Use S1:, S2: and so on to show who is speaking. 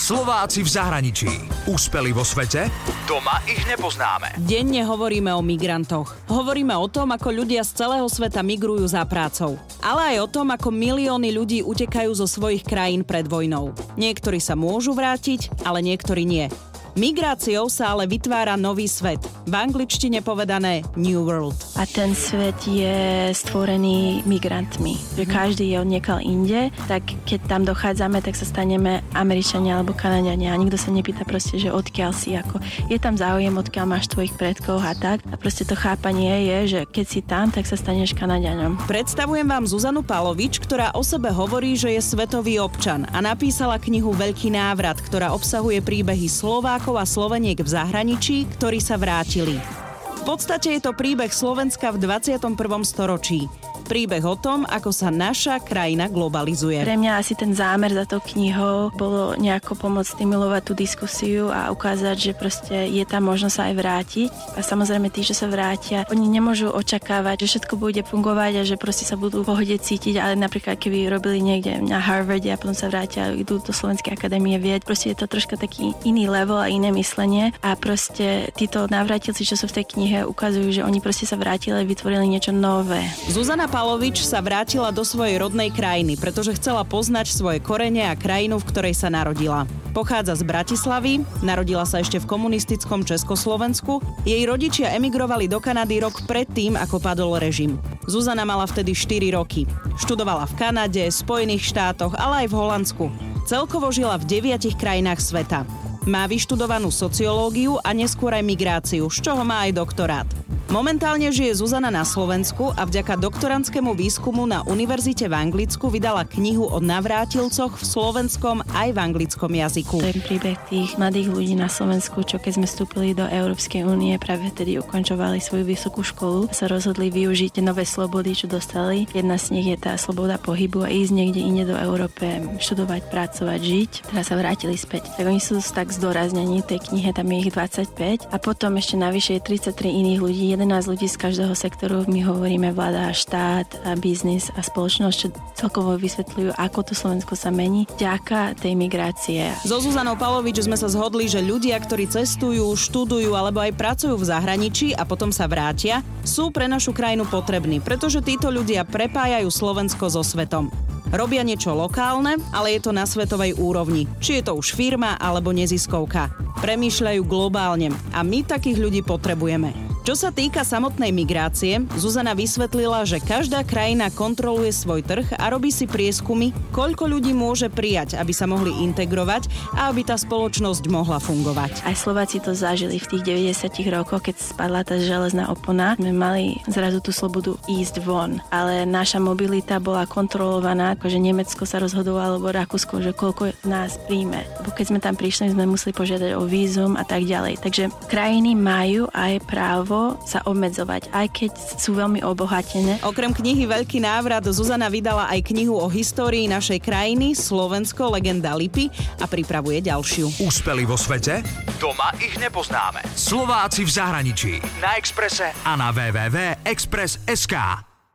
S1: Slováci v zahraničí. Úspeli vo svete? Doma ich nepoznáme.
S2: Denne hovoríme o migrantoch. Hovoríme o tom, ako ľudia z celého sveta migrujú za prácou. Ale aj o tom, ako milióny ľudí utekajú zo svojich krajín pred vojnou. Niektorí sa môžu vrátiť, ale niektorí nie. Migráciou sa ale vytvára nový svet. V angličtine povedané New World.
S3: A ten svet je stvorený migrantmi. Že každý je odniekal inde, tak keď tam dochádzame, tak sa staneme Američania alebo Kanaďania. A nikto sa nepýta proste, že odkiaľ si. Ako. Je tam záujem, odkiaľ máš tvojich predkov a tak. A proste to chápanie je, že keď si tam, tak sa staneš Kanaďanom.
S2: Predstavujem vám Zuzanu Palovič, ktorá o sebe hovorí, že je svetový občan a napísala knihu Veľký návrat, ktorá obsahuje príbehy Slovákov a Sloveniek v zahraničí, ktorí sa vrátili. V podstate je to príbeh Slovenska v 21. storočí. Príbeh o tom, ako sa naša krajina globalizuje.
S3: Pre mňa asi ten zámer za tou knihou bolo nejako pomôcť stimulovať tú diskusiu a ukázať, že proste je tam možnosť sa aj vrátiť. A samozrejme tí, že sa vrátia, oni nemôžu očakávať, že všetko bude fungovať a že proste sa budú v pohode cítiť, ale napríklad keby robili niekde na Harvarde a potom sa vrátia a idú do Slovenskej akadémie vied, proste je to troška taký iný level a iné myslenie a proste títo navrátilci, čo sú v tej knihe, ukazujú, že oni proste sa vrátili a vytvorili niečo nové.
S2: Zuzana Palovič sa vrátila do svojej rodnej krajiny, pretože chcela poznať svoje korene a krajinu, v ktorej sa narodila. Pochádza z Bratislavy, narodila sa ešte v komunistickom Československu. Jej rodičia emigrovali do Kanady rok predtým, ako padol režim. Zuzana mala vtedy 4 roky. Študovala v Kanade, Spojených štátoch, ale aj v Holandsku. Celkovo žila v 9 krajinách sveta. Má vyštudovanú sociológiu a neskôr aj migráciu, z čoho má aj doktorát. Momentálne žije Zuzana na Slovensku a vďaka doktorandskému výskumu na univerzite v Anglicku vydala knihu o navrátilcoch v slovenskom aj v anglickom jazyku.
S3: To je príbeh tých mladých ľudí na Slovensku, čo keď sme vstúpili do Európskej únie, práve vtedy ukončovali svoju vysokú školu a sa rozhodli využiť nové slobody, čo dostali. Jedna z nich je tá sloboda pohybu a ísť niekde inde do Európy, študovať, pracovať, žiť. Teraz sa vrátili späť. Tak oni sú tak zdôraznení, v tej knihe tam je ich 25 a potom ešte navyše je 33 iných ľudí, 11 ľudí z každého sektoru, my hovoríme vláda, štát, a biznis a spoločnosť, čo celkovo vysvetľujú, ako to Slovensko sa mení vďaka tej migrácie.
S2: So Zuzanou Palovič sme sa zhodli, že ľudia, ktorí cestujú, študujú alebo aj pracujú v zahraničí a potom sa vrátia, sú pre našu krajinu potrební, pretože títo ľudia prepájajú Slovensko so svetom. Robia niečo lokálne, ale je to na svetovej úrovni. Či je to už firma alebo neziskovka. Premýšľajú globálne a my takých ľudí potrebujeme. Čo sa týka samotnej migrácie, Zuzana vysvetlila, že každá krajina kontroluje svoj trh a robí si prieskumy, koľko ľudí môže prijať, aby sa mohli integrovať a aby tá spoločnosť mohla fungovať.
S3: Aj Slováci to zažili v tých 90 rokoch, keď spadla tá železná opona. My mali zrazu tú slobodu ísť von, ale naša mobilita bola kontrolovaná, akože Nemecko sa rozhodovalo, alebo Rakúsko, že koľko nás príjme. Lebo keď sme tam prišli, sme museli požiadať o vízum a tak ďalej. Takže krajiny majú aj právo sa obmedzovať, aj keď sú veľmi obohatené.
S2: Okrem knihy Veľký návrat Zuzana vydala aj knihu o histórii našej krajiny Slovensko, legenda Lipy a pripravuje ďalšiu.
S1: Úspeli vo svete? Doma ich nepoznáme. Slováci v zahraničí. Na Exprese a na www.express.sk.